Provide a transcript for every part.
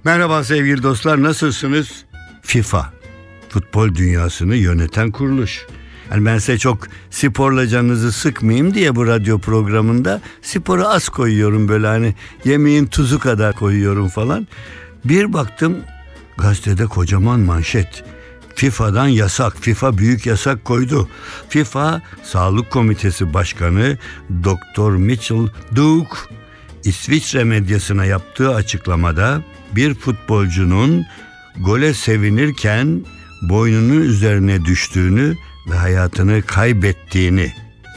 Merhaba sevgili dostlar, nasılsınız? FIFA, futbol dünyasını yöneten kuruluş. Yani ben size çok sporla canınızı sıkmayayım diye bu radyo programında sporu az koyuyorum, böyle hani yemeğin tuzu kadar koyuyorum falan. Bir baktım gazetede kocaman manşet. FIFA'dan yasak. FIFA büyük yasak koydu. FIFA Sağlık Komitesi Başkanı Dr. Mitchell Duke İsviçre medyasına yaptığı açıklamada bir futbolcunun gole sevinirken boynunun üzerine düştüğünü ve hayatını kaybettiğini.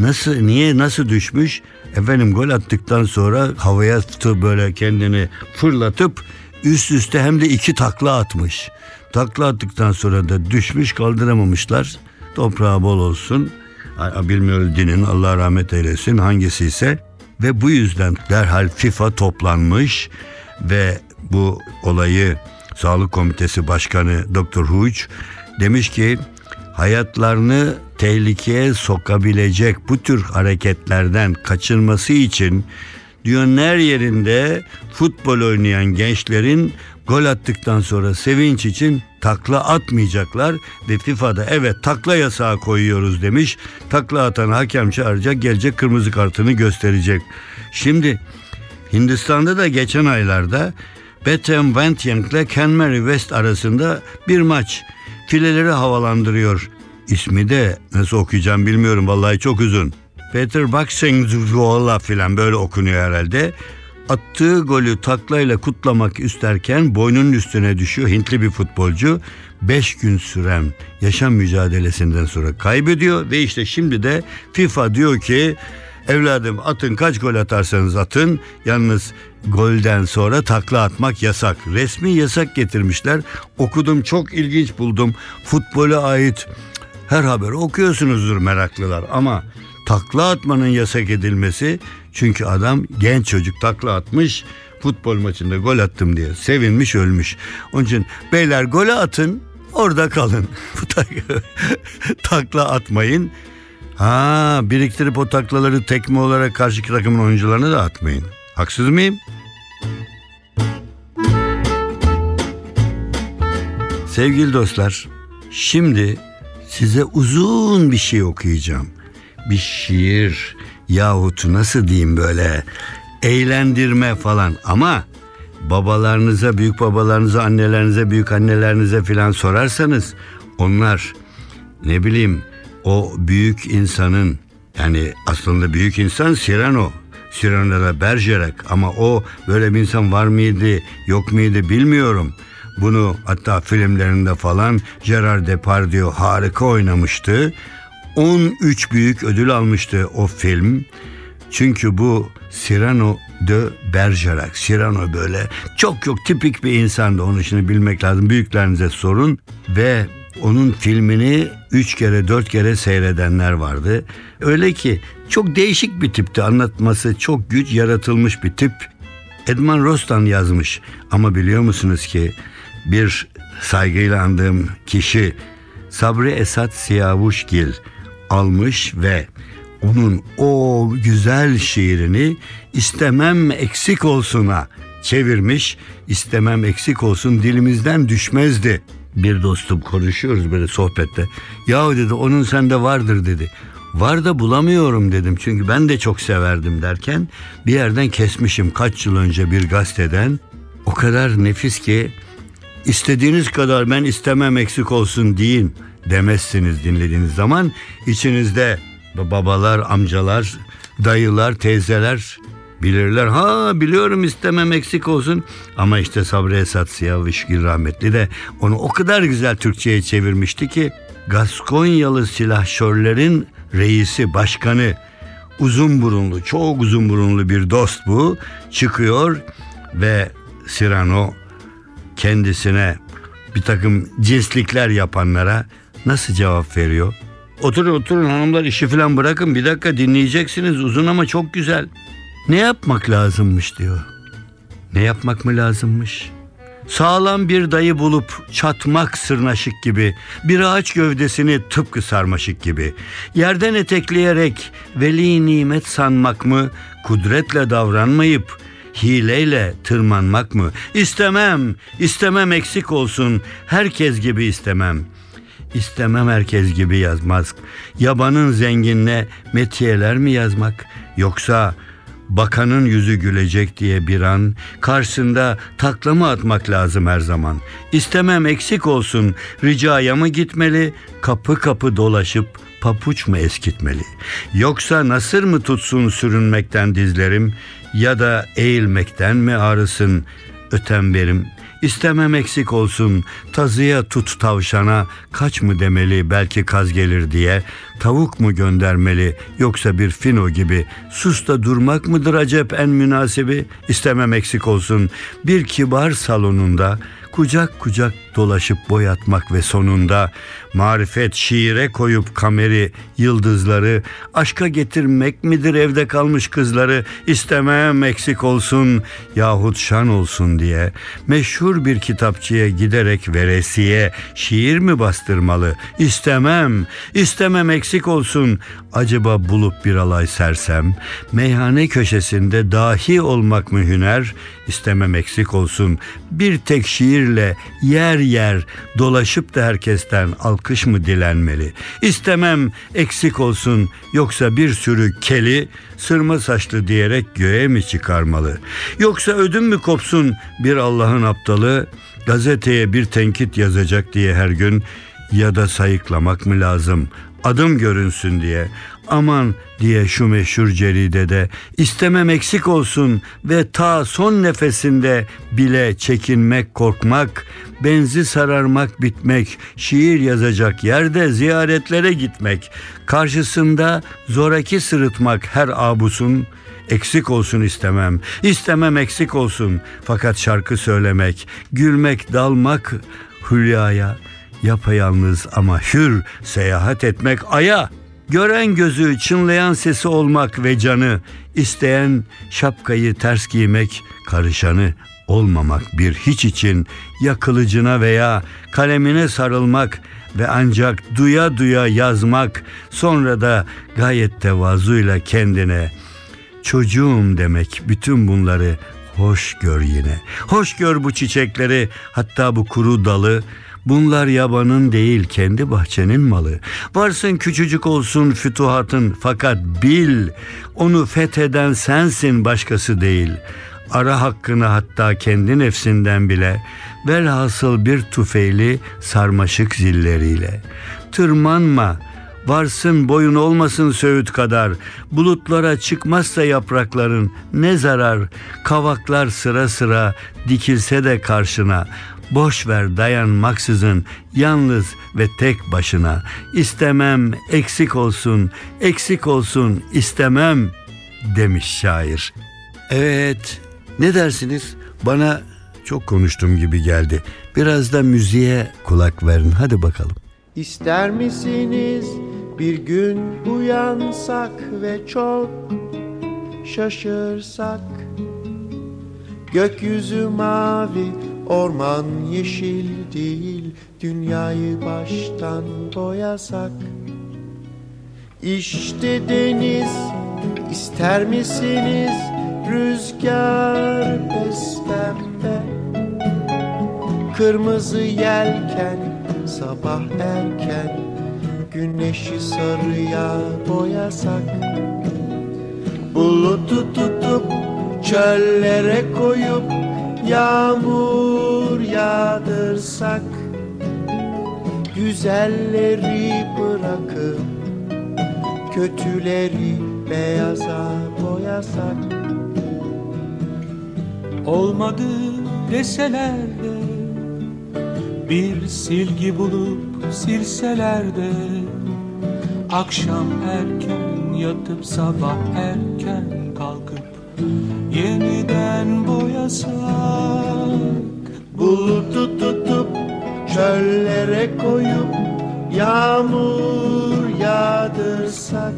Nasıl düşmüş? Efendim, gol attıktan sonra havaya böyle kendini fırlatıp üst üste hem de 2 takla atmış. Takla attıktan sonra da düşmüş, kaldıramamışlar. Toprağı bol olsun. Bilmiyoruz dinin, Allah rahmet eylesin hangisi ise. Ve bu yüzden derhal FIFA toplanmış ve bu olayı Sağlık Komitesi Başkanı Dr. Huge demiş ki hayatlarını tehlikeye sokabilecek bu tür hareketlerden kaçınması için dünyanın her yerinde futbol oynayan gençlerin gol attıktan sonra sevinç için takla atmayacaklar ve FIFA'da evet takla yasağı koyuyoruz demiş. Takla atan hakem çağıracak, gelecek, kırmızı kartını gösterecek. Şimdi Hindistan'da da geçen aylarda Betem Vantiang ile Ken Mary West arasında bir maç. Fileleri havalandırıyor. İsmi de nasıl okuyacağım bilmiyorum, vallahi çok uzun. Peter Baksengzuola filan böyle okunuyor herhalde. Attığı golü taklayla kutlamak isterken boynunun üstüne düşüyor Hintli bir futbolcu. 5 gün süren yaşam mücadelesinden sonra kaybediyor ve işte şimdi de FIFA diyor ki evladım atın, kaç gol atarsanız atın, yalnız golden sonra takla atmak yasak. Resmi yasak getirmişler. Okudum, çok ilginç buldum. Futbola ait her haberi okuyorsunuzdur meraklılar ama takla atmanın yasak edilmesi, çünkü adam genç çocuk takla atmış, futbol maçında gol attım diye sevinmiş, ölmüş. Onun için beyler golü atın, orada kalın. Takla atmayın. Biriktirip o taklaları tekme olarak karşı takımın oyuncularına da atmayın. Haksız mıyım? Sevgili dostlar, şimdi size uzun bir şey okuyacağım. Bir şiir yahut nasıl diyeyim, böyle eğlendirme falan, ama babalarınıza, büyük babalarınıza, annelerinize, büyük annelerinize filan sorarsanız onlar ne bileyim o büyük insanın, yani aslında büyük insan Cyrano da Bergerac, ama o böyle bir insan var mıydı yok muydu bilmiyorum. Bunu hatta filmlerinde falan Gerard Depardieu harika oynamıştı. 13 büyük ödül almıştı o film. Çünkü bu Cyrano de Bergerac. Cyrano böyle çok tipik bir insandı. Onun işini bilmek lazım. Büyüklerinize sorun. Ve onun filmini 3 kere 4 kere seyredenler vardı. Öyle ki çok değişik bir tipti. Anlatması çok güç, yaratılmış bir tip. Edmond Rostand yazmış. Ama biliyor musunuz ki bir saygıyla andığım kişi Sabri Esat Siyavuşgil almış ve onun o güzel şiirini "İstemem eksik olsun'a" çevirmiş. "İstemem eksik olsun dilimizden düşmezdi." Bir dostum, konuşuyoruz böyle sohbette. "Yahu," dedi, "onun sende vardır," dedi. "Var da bulamıyorum," dedim. "Çünkü ben de çok severdim," derken bir yerden kesmişim kaç yıl önce bir gazeteden. O kadar nefis ki istediğiniz kadar "ben istemem eksik olsun" deyin, demezsiniz dinlediğiniz zaman. İçinizde babalar, amcalar, dayılar, teyzeler bilirler. Biliyorum istemem eksik olsun. Ama işte Sabri Esat Siyavuşgil rahmetli de onu o kadar güzel Türkçe'ye çevirmişti ki Gaskonyalı silahşörlerin reisi, başkanı, uzun burunlu, çok uzun burunlu bir dost bu, çıkıyor ve Cyrano kendisine bir takım cinslikler yapanlara nasıl cevap veriyor? Oturun hanımlar, işi falan bırakın, bir dakika dinleyeceksiniz, uzun ama çok güzel. Ne yapmak lazımmış diyor. Ne yapmak mı lazımmış? Sağlam bir dayı bulup çatmak sırnaşık gibi, bir ağaç gövdesini tıpkı sarmaşık gibi, yerden etekleyerek veli nimet sanmak mı, kudretle davranmayıp hileyle tırmanmak mı? İstemem eksik olsun, herkes gibi istemem. İstemem herkes gibi yazmaz. Yabanın zenginine metiyeler mi yazmak? Yoksa bakanın yüzü gülecek diye bir an karşısında takla mı atmak lazım her zaman? İstemem eksik olsun, ricaya mı gitmeli? Kapı kapı dolaşıp papuç mu eskitmeli? Yoksa nasır mı tutsun sürünmekten dizlerim? Ya da eğilmekten mi ağrısın ötemberim? İstemem eksik olsun, tazıya tut tavşana, kaç mı demeli belki kaz gelir diye, tavuk mu göndermeli yoksa bir fino gibi, sus da durmak mıdır acep en münasibi? İstemem eksik olsun, bir kibar salonunda, kucak kucak dolaşıp boyatmak ve sonunda marifet şiire koyup kameri, yıldızları, aşka getirmek midir evde kalmış kızları? İstemem eksik olsun yahut şan olsun diye meşhur bir kitapçıya giderek veresiye şiir mi bastırmalı? İstemem eksik olsun, acaba bulup bir alay sersem, meyhane köşesinde dahi olmak mı hüner? İstemem eksik olsun, bir tek şiirle yer yer dolaşıp da herkesten alkış mı dilenmeli? İstemem eksik olsun, yoksa bir sürü keli sırma saçlı diyerek göğe mi çıkarmalı? Yoksa ödüm mü kopsun bir Allah'ın aptalı, gazeteye bir tenkit yazacak diye her gün, ya da sayıklamak mı lazım adım görünsün diye? Aman diye şu meşhur ceridede istemem eksik olsun ve ta son nefesinde bile çekinmek, korkmak, benzi sararmak, bitmek, şiir yazacak yerde ziyaretlere gitmek, karşısında zoraki sırıtmak her abusun, eksik olsun istemem eksik olsun, fakat şarkı söylemek, gülmek, dalmak hülyaya, yapayalnız ama hür seyahat etmek aya, gören gözü, çınlayan sesi olmak ve canı, isteyen şapkayı ters giymek, karışanı olmamak bir hiç için, ya kılıcına veya kalemine sarılmak ve ancak duya duya yazmak, sonra da gayet tevazuyla kendine çocuğum demek, bütün bunları hoş gör yine. Hoş gör bu çiçekleri, hatta bu kuru dalı. Bunlar yabanın değil, kendi bahçenin malı. Varsın küçücük olsun fütuhatın, fakat bil, onu fetheden sensin, başkası değil. Ara hakkını hatta kendi nefsinden bile, velhasıl bir tufeyli sarmaşık zilleriyle. Tırmanma, varsın boyun olmasın Söğüt kadar, bulutlara çıkmazsa yaprakların ne zarar, kavaklar sıra sıra dikilse de karşına, boş ver dayanmaksızın yalnız ve tek başına. İstemem eksik olsun istemem demiş şair. Evet, ne dersiniz? Bana çok konuştum gibi geldi. Biraz da müziğe kulak verin, hadi bakalım. İster misiniz bir gün uyansak ve çok şaşırsak, gökyüzü mavi, orman yeşil değil, dünyayı baştan boyasak. İşte deniz, ister misiniz rüzgar pespembe, kırmızı yelken sabah erken, güneşi sarıya boyasak. Bulutu tutup çöllere koyup yağmur yağdırsak, güzelleri bırakıp kötüleri beyaza boyasak. Olmadı deseler de, bir silgi bulup silseler de, akşam erken yatıp sabah erken kalkıp yeniden boyasak. Bulutu tutup çöllere koyup yağmur yağdırsak,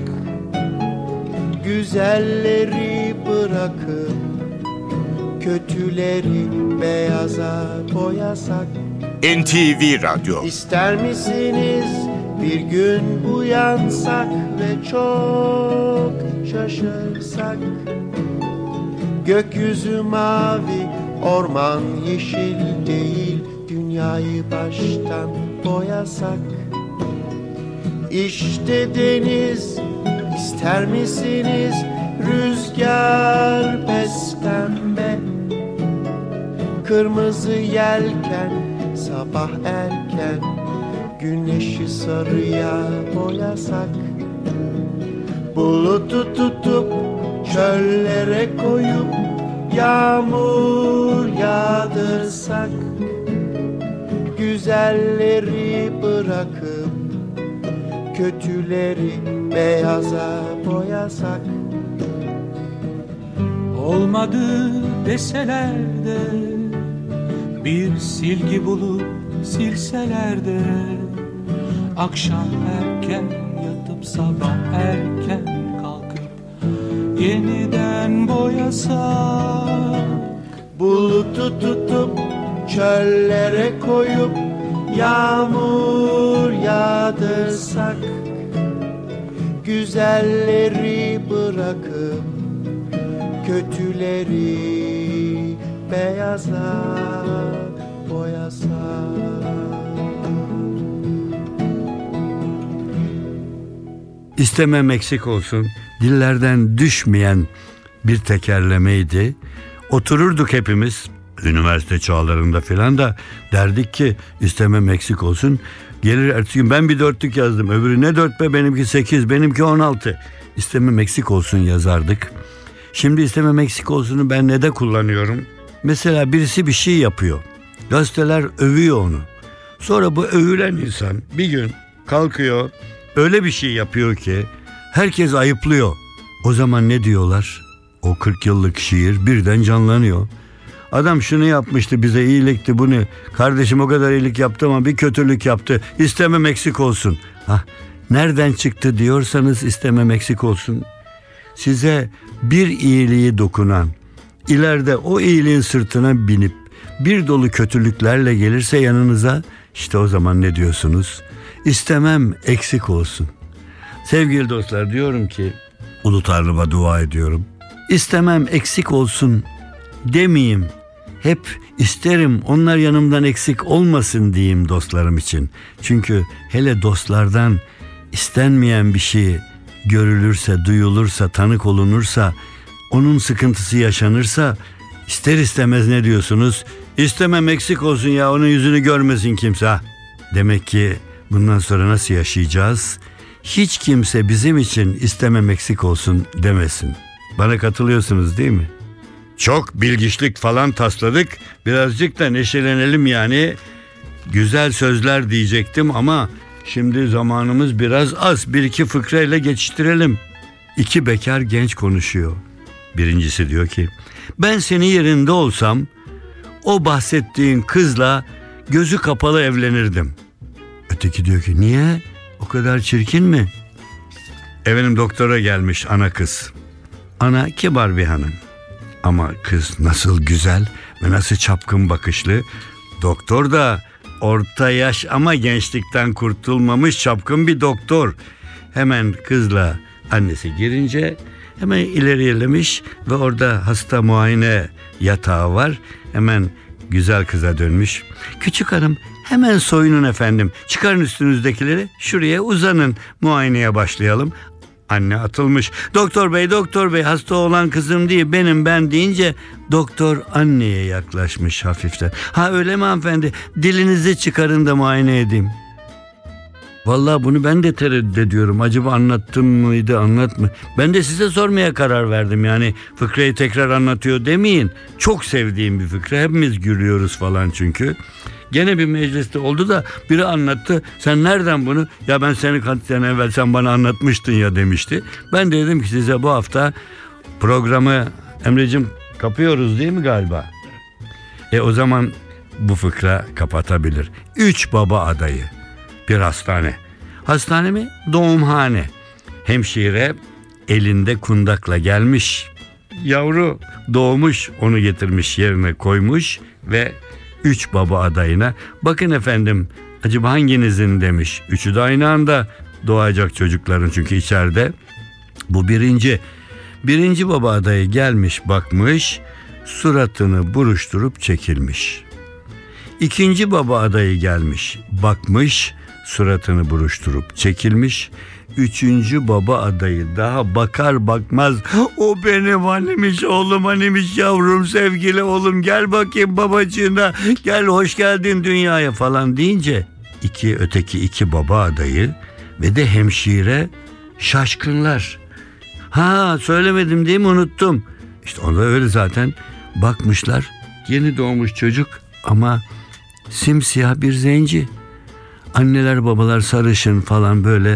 güzelleri bırakıp kötüleri beyaza boyasak. NTV Radyo. İster misiniz bir gün uyansak ve çok şaşırsak, Gökyüzü mavi, orman yeşil değil. Dünyayı baştan boyasak. İşte deniz, ister misiniz? Rüzgar pembe, kırmızı yelken, sabah erken, güneşi sarıya boyasak. Bulutu tutup çöllere koyup yağmur yağdırsak. Güzelleri bırakıp kötüleri beyaza boyasak. Olmadı deseler de, bir silgi bulup silseler de, akşam erken yatıp sabah erken kalkıp yeniden boyasak. Bulutu tutup çöllere koyup yağmur yağdırsak. Güzelleri bırakıp kötüleri beyaza boyasak. İstemem eksik olsun dillerden düşmeyen bir tekerlemeydi. Otururduk hepimiz üniversite çağlarında filan da derdik ki istemem eksik olsun. Gelir ertesi gün ben bir 4'lük yazdım, öbürü ne 4 be, benimki 8, benimki 16. İstemem eksik olsun yazardık. Şimdi istemem eksik olsunu ben ne de kullanıyorum. Mesela birisi bir şey yapıyor. Gazeteler övüyor onu. Sonra bu övülen insan bir gün kalkıyor, öyle bir şey yapıyor ki herkes ayıplıyor. O zaman ne diyorlar? O 40 yıllık şiir birden canlanıyor. Adam şunu yapmıştı, bize iyilikti, bunu. Kardeşim o kadar iyilik yaptı ama bir kötülük yaptı. İstemem eksik olsun. Nereden çıktı diyorsanız istemem eksik olsun. Size bir iyiliği dokunan, ileride o iyiliğin sırtına binip bir dolu kötülüklerle gelirse yanınıza, işte o zaman ne diyorsunuz? İstemem eksik olsun. Sevgili dostlar, diyorum ki Ulu Tanrı'ma dua ediyorum. İstemem eksik olsun demeyeyim. Hep isterim onlar yanımdan eksik olmasın diyeyim dostlarım için. Çünkü hele dostlardan istenmeyen bir şey görülürse, duyulursa, tanık olunursa, onun sıkıntısı yaşanırsa ister istemez ne diyorsunuz? İstemem eksik olsun ya, onun yüzünü görmesin kimse. Demek ki bundan sonra nasıl yaşayacağız? Hiç kimse bizim için istemem eksik olsun demesin. Bana katılıyorsunuz değil mi? Çok bilgiçlik falan tasladık. Birazcık da neşelenelim yani. Güzel sözler diyecektim ama şimdi zamanımız biraz az. Bir iki fıkrayla geçiştirelim. 2 bekar genç konuşuyor. Birincisi diyor ki, ben senin yerinde olsam o bahsettiğin kızla gözü kapalı evlenirdim. Öteki diyor ki, niye? O kadar çirkin mi? Efendim, doktora gelmiş ana kız. Ana kibar bir hanım. Ama kız nasıl güzel ve nasıl çapkın bakışlı. Doktor da orta yaş ama gençlikten kurtulmamış çapkın bir doktor. Hemen kızla annesi girince hemen ilerilemiş ve orada hasta muayene yatağı var. Hemen güzel kıza dönmüş. Küçük hanım, hemen soyunun efendim. Çıkarın üstünüzdekileri, şuraya uzanın, muayeneye başlayalım. Anne atılmış. Doktor bey hasta olan kızım değil ben deyince doktor anneye yaklaşmış hafiften. Öyle mi hanımefendi, dilinizi çıkarın da muayene edeyim. Vallahi bunu ben de tereddüt ediyorum. Acaba anlattım mıydı, anlatma. Ben de size sormaya karar verdim. Yani fıkrayı tekrar anlatıyor demeyin. Çok sevdiğim bir fıkra. Hepimiz gülüyoruz falan çünkü. Gene bir mecliste oldu da biri anlattı. Sen nereden bunu? Ya ben seni kaç sene evvel sen bana anlatmıştın ya demişti. Ben de dedim ki size bu hafta programı Emre'cim kapıyoruz değil mi galiba? O zaman bu fıkra kapatabilir. 3 baba adayı. Bir hastane. Hastane mi? Doğumhane. Hemşire elinde kundakla gelmiş. Yavru doğmuş, onu getirmiş yerine koymuş ve 3 baba adayına, bakın efendim acaba hanginizin demiş. 3'ü de aynı anda doğacak çocukların çünkü içeride. Bu birinci. Birinci baba adayı gelmiş bakmış, suratını buruşturup çekilmiş. İkinci baba adayı gelmiş bakmış, suratını buruşturup çekilmiş. Üçüncü baba adayı daha bakar bakmaz, o benim hanimiş oğlum, hanimiş yavrum, sevgili oğlum, gel bakayım babacığına, gel hoş geldin dünyaya falan deyince öteki iki baba adayı ve de hemşire şaşkınlar. Ha, söylemedim değil mi, unuttum. İşte onda öyle zaten, bakmışlar yeni doğmuş çocuk ama simsiyah bir zenci. Anneler babalar sarışın falan, böyle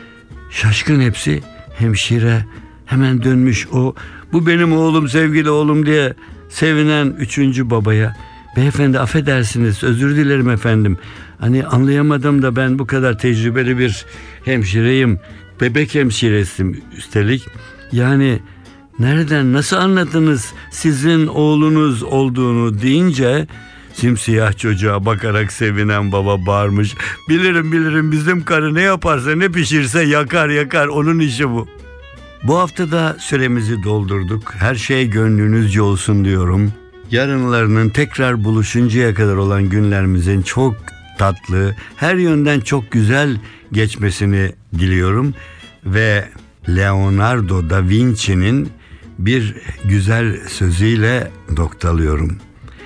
şaşkın hepsi. Hemşire hemen dönmüş, bu benim oğlum, sevgili oğlum diye sevinen üçüncü babaya. Beyefendi affedersiniz, özür dilerim efendim. Hani anlayamadım da, ben bu kadar tecrübeli bir hemşireyim. Bebek hemşiresiyim üstelik. Yani nereden, nasıl anladınız sizin oğlunuz olduğunu deyince simsiyah çocuğa bakarak sevinen baba bağırmış. Bilirim, bizim karı ne yaparsa, ne pişirse yakar, onun işi bu. Bu hafta da süremizi doldurduk. Her şey gönlünüzce olsun diyorum. Yarınlarının tekrar buluşuncaya kadar olan günlerimizin çok tatlı, her yönden çok güzel geçmesini diliyorum. Ve Leonardo da Vinci'nin bir güzel sözüyle noktalıyorum.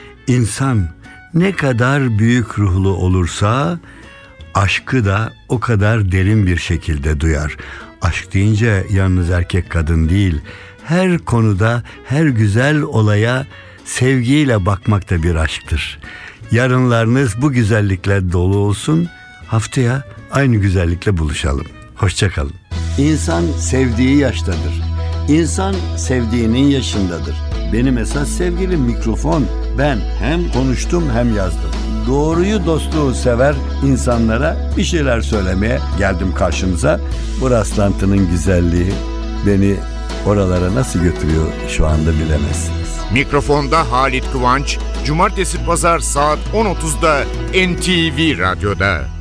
İnsan ne kadar büyük ruhlu olursa aşkı da o kadar derin bir şekilde duyar. Aşk deyince yalnız erkek kadın değil, her konuda, her güzel olaya sevgiyle bakmak da bir aşktır. Yarınlarınız bu güzellikle dolu olsun. Haftaya aynı güzellikle buluşalım. Hoşça kalın. İnsan sevdiği yaştadır. İnsan sevdiğinin yaşındadır. Benim esas sevgilim mikrofon. Ben hem konuştum hem yazdım. Doğruyu, dostluğu sever insanlara bir şeyler söylemeye geldim karşınıza. Bu rastlantının güzelliği beni oralara nasıl götürüyor şu anda bilemezsiniz. Mikrofonda Halit Kıvanç, Cumartesi Pazar saat 10.30'da NTV Radyo'da.